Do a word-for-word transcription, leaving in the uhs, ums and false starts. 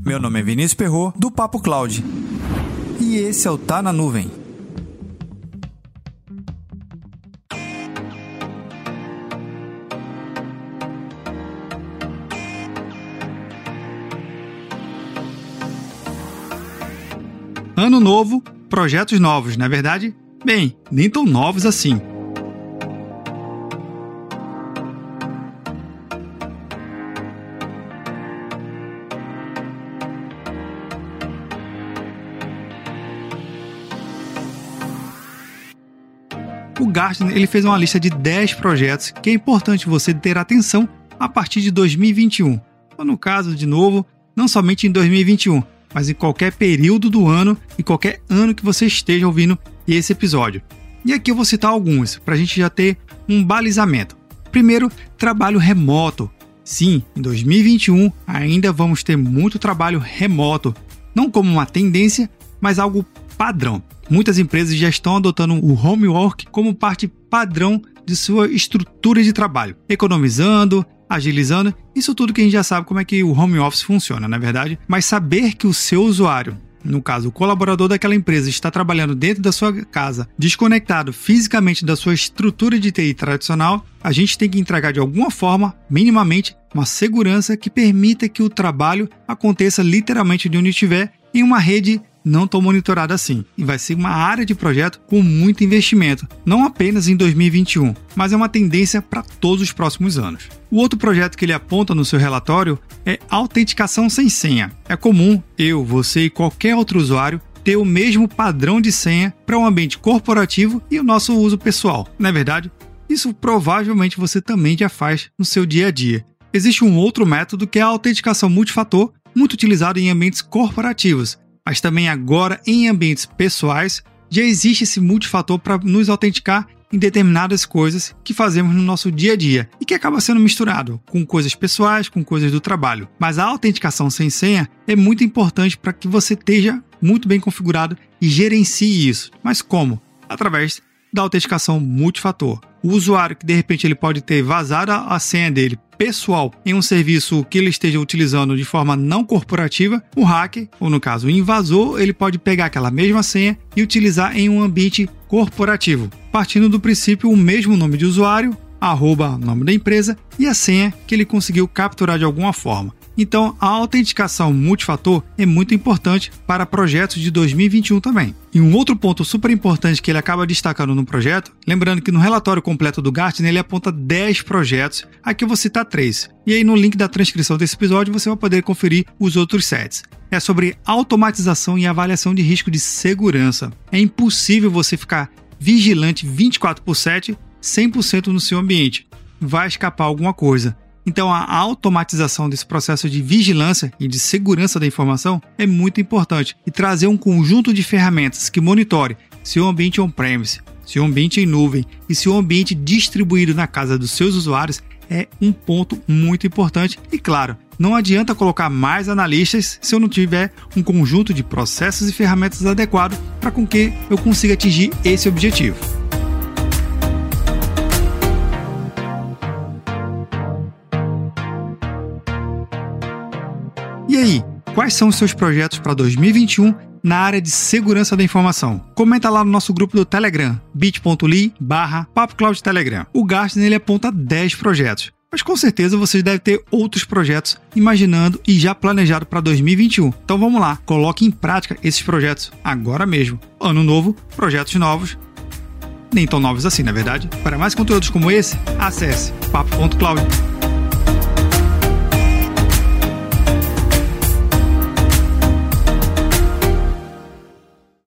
Meu nome é Vinícius Perro, do Papo Cloud. E esse é o Tá na Nuvem. Ano novo, projetos novos, não é verdade? Bem, nem tão novos assim. O Gartner ele fez uma lista de dez projetos que é importante você ter atenção a partir de dois mil e vinte e um. Ou no caso, de novo, não somente em dois mil e vinte e um, mas em qualquer período do ano e qualquer ano que você esteja ouvindo esse episódio. E aqui eu vou citar alguns, para a gente já ter um balizamento. Primeiro, trabalho remoto. Sim, em dois mil e vinte e um ainda vamos ter muito trabalho remoto, não como uma tendência, mas algo padrão. Muitas empresas já estão adotando o home work como parte padrão de sua estrutura de trabalho, economizando, agilizando, isso tudo que a gente já sabe como é que o home office funciona, não é verdade? Mas saber que o seu usuário, no caso o colaborador daquela empresa, está trabalhando dentro da sua casa, desconectado fisicamente da sua estrutura de T I tradicional, a gente tem que entregar de alguma forma, minimamente, uma segurança que permita que o trabalho aconteça literalmente de onde estiver em uma rede não tão monitorada assim, e vai ser uma área de projeto com muito investimento, não apenas em dois mil e vinte e um, mas é uma tendência para todos os próximos anos. O outro projeto que ele aponta no seu relatório é autenticação sem senha. É comum eu, você e qualquer outro usuário ter o mesmo padrão de senha para um ambiente corporativo e o nosso uso pessoal. Na verdade, isso provavelmente você também já faz no seu dia a dia. Existe um outro método que é a autenticação multifator, muito utilizado em ambientes corporativos, mas também agora em ambientes pessoais já existe esse multifator para nos autenticar em determinadas coisas que fazemos no nosso dia a dia e que acaba sendo misturado com coisas pessoais, com coisas do trabalho. Mas a autenticação sem senha é muito importante para que você esteja muito bem configurado e gerencie isso. Mas como? Através da autenticação multifator. O usuário que de repente ele pode ter vazado a senha dele pessoal em um serviço que ele esteja utilizando de forma não corporativa, o hacker, ou no caso o invasor, ele pode pegar aquela mesma senha e utilizar em um ambiente corporativo, partindo do princípio o mesmo nome de usuário, arroba nome da empresa e a senha que ele conseguiu capturar de alguma forma. Então, a autenticação multifator é muito importante para projetos de dois mil e vinte e um também. E um outro ponto super importante que ele acaba destacando no projeto, lembrando que no relatório completo do Gartner ele aponta dez projetos, aqui eu vou citar três. E aí no link da transcrição desse episódio você vai poder conferir os outros sete. É sobre automatização e avaliação de risco de segurança. É impossível você ficar vigilante vinte e quatro por sete, cem por cento no seu ambiente. Vai escapar alguma coisa. Então, a automatização desse processo de vigilância e de segurança da informação é muito importante e trazer um conjunto de ferramentas que monitore se o ambiente on-premise, se o ambiente em nuvem e se o ambiente distribuído na casa dos seus usuários é um ponto muito importante. E claro, não adianta colocar mais analistas se eu não tiver um conjunto de processos e ferramentas adequados para com que eu consiga atingir esse objetivo. E aí, quais são os seus projetos para dois mil e vinte e um na área de segurança da informação? Comenta lá no nosso grupo do Telegram, bit.ly barra papocloudtelegram. O Gartner ele aponta dez projetos, mas com certeza vocês devem ter outros projetos imaginando e já planejado para dois mil e vinte e um. Então vamos lá, coloque em prática esses projetos agora mesmo. Ano novo, projetos novos, nem tão novos assim, na verdade. Para mais conteúdos como esse, acesse papo ponto cloud.